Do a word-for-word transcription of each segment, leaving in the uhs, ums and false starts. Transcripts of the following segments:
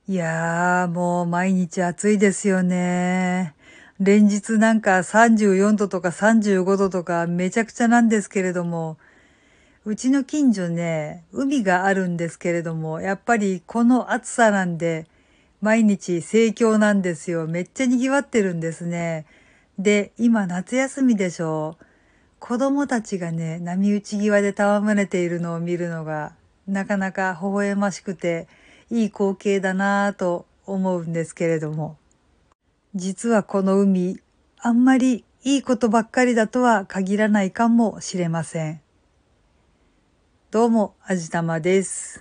いやー、もう毎日暑いですよね。連日なんかさんじゅうよんどとかさんじゅうごどとかめちゃくちゃなんですけれども、うちの近所ね、海があるんですけれども、やっぱりこの暑さなんで、毎日盛況なんですよ。めっちゃ賑わってるんですね。で、今夏休みでしょう。子供たちがね、波打ち際で戯れているのを見るのが、なかなか微笑ましくて、いい光景だなぁと思うんですけれども、実はこの海、あんまりいいことばっかりだとは限らないかもしれません。どうも、あじたまです。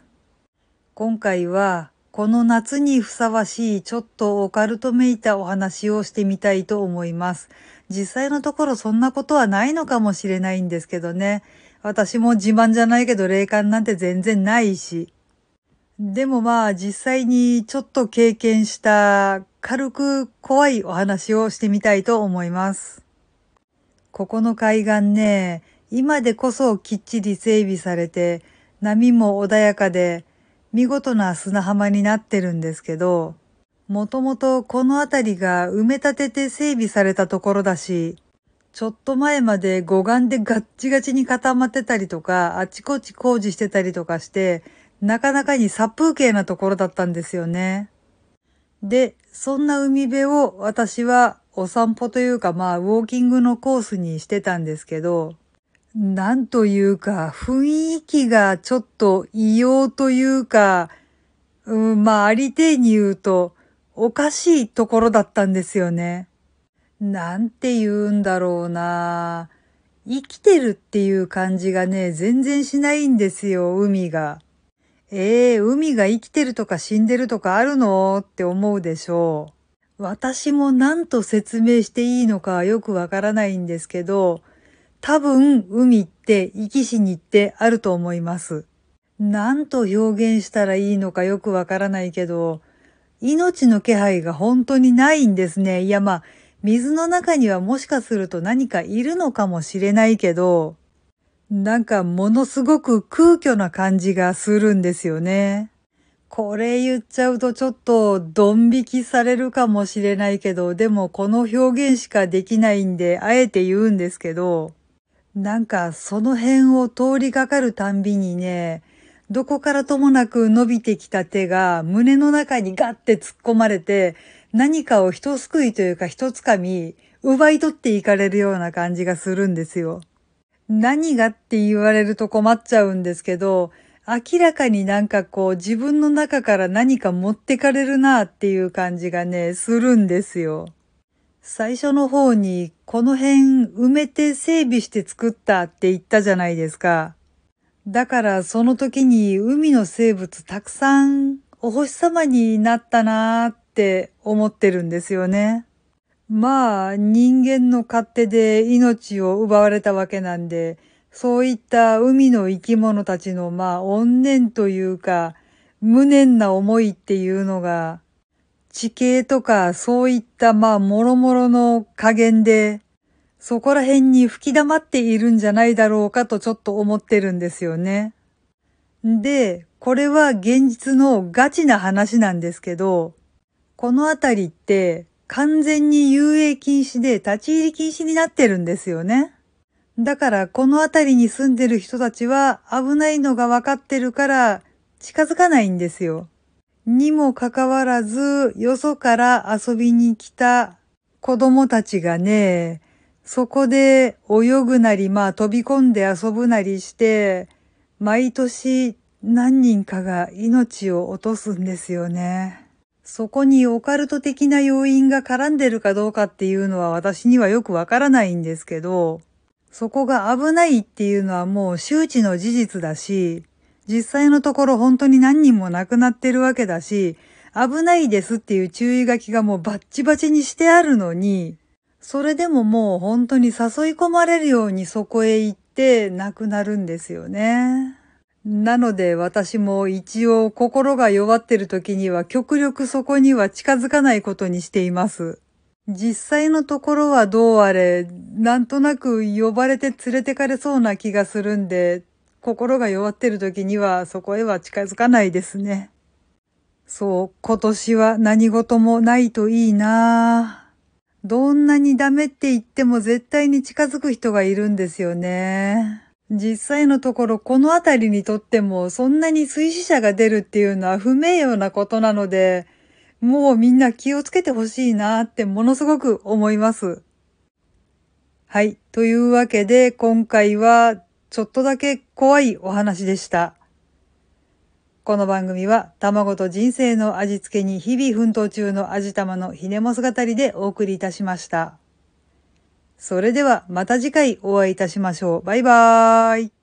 今回は、この夏にふさわしいちょっとオカルトめいたお話をしてみたいと思います。実際のところそんなことはないのかもしれないんですけどね。私も自慢じゃないけど霊感なんて全然ないし。でもまあ実際にちょっと経験した軽く怖いお話をしてみたいと思います。ここの海岸ね、今でこそきっちり整備されて、波も穏やかで、見事な砂浜になってるんですけど、もともとこの辺りが埋め立てて整備されたところだし、ちょっと前まで護岸でガッチガチに固まってたりとか、あちこち工事してたりとかして、なかなかに殺風景なところだったんですよね。で、そんな海辺を私はお散歩というかまあウォーキングのコースにしてたんですけど、なんというか雰囲気がちょっと異様というか、うん、まあありていに言うとおかしいところだったんですよね。なんて言うんだろうな。生きてるっていう感じがね、全然しないんですよ、海が。ええー、海が生きてるとか死んでるとかあるのって思うでしょう。私も何と説明していいのかよくわからないんですけど、多分海って生き死にってあると思います。何と表現したらいいのかよくわからないけど、命の気配が本当にないんですね。いやまあ、水の中にはもしかすると何かいるのかもしれないけど、なんかものすごく空虚な感じがするんですよね。これ言っちゃうとちょっとドン引きされるかもしれないけど、でもこの表現しかできないんで、あえて言うんですけど、なんかその辺を通りかかるたんびにね、どこからともなく伸びてきた手が胸の中にガッて突っ込まれて、何かを一すくいというか一つかみ、奪い取っていかれるような感じがするんですよ。何がって言われると困っちゃうんですけど、明らかになんかこう自分の中から何か持ってかれるなっていう感じがね、するんですよ。最初の方にこの辺埋めて整備して作ったって言ったじゃないですか。だからその時に海の生物たくさんお星様になったなーって思ってるんですよね。まあ、人間の勝手で命を奪われたわけなんで、そういった海の生き物たちのまあ、怨念というか、無念な思いっていうのが、地形とかそういったまあ、諸々の加減で、そこら辺に吹き溜まっているんじゃないだろうかとちょっと思ってるんですよね。で、これは現実のガチな話なんですけど、この辺りって完全に遊泳禁止で立ち入り禁止になってるんですよね。だからこの辺りに住んでる人たちは危ないのが分かってるから近づかないんですよ。にもかかわらずよそから遊びに来た子供たちがね、そこで泳ぐなりまあ飛び込んで遊ぶなりして、毎年何人かが命を落とすんですよね。そこにオカルト的な要因が絡んでるかどうかっていうのは私にはよくわからないんですけど、そこが危ないっていうのはもう周知の事実だし、実際のところ本当に何人も亡くなってるわけだし、危ないですっていう注意書きがもうバッチバチにしてあるのに、それでももう本当に誘い込まれるようにそこへ行って亡くなるんですよね。なので私も一応心が弱ってる時には極力そこには近づかないことにしています。実際のところはどうあれ、なんとなく呼ばれて連れてかれそうな気がするんで、心が弱ってる時にはそこへは近づかないですね。 そう、今年は何事もないといいな。どんなにダメって言っても絶対に近づく人がいるんですよね。実際のところこの辺りにとってもそんなに水死者が出るっていうのは不名誉なことなので、もうみんな気をつけてほしいなってものすごく思います。はい。というわけで今回はちょっとだけ怖いお話でした。この番組は卵と人生の味付けに日々奮闘中の味玉のひねもす語りでお送りいたしました。それではまた次回お会いいたしましょう。バイバーイ。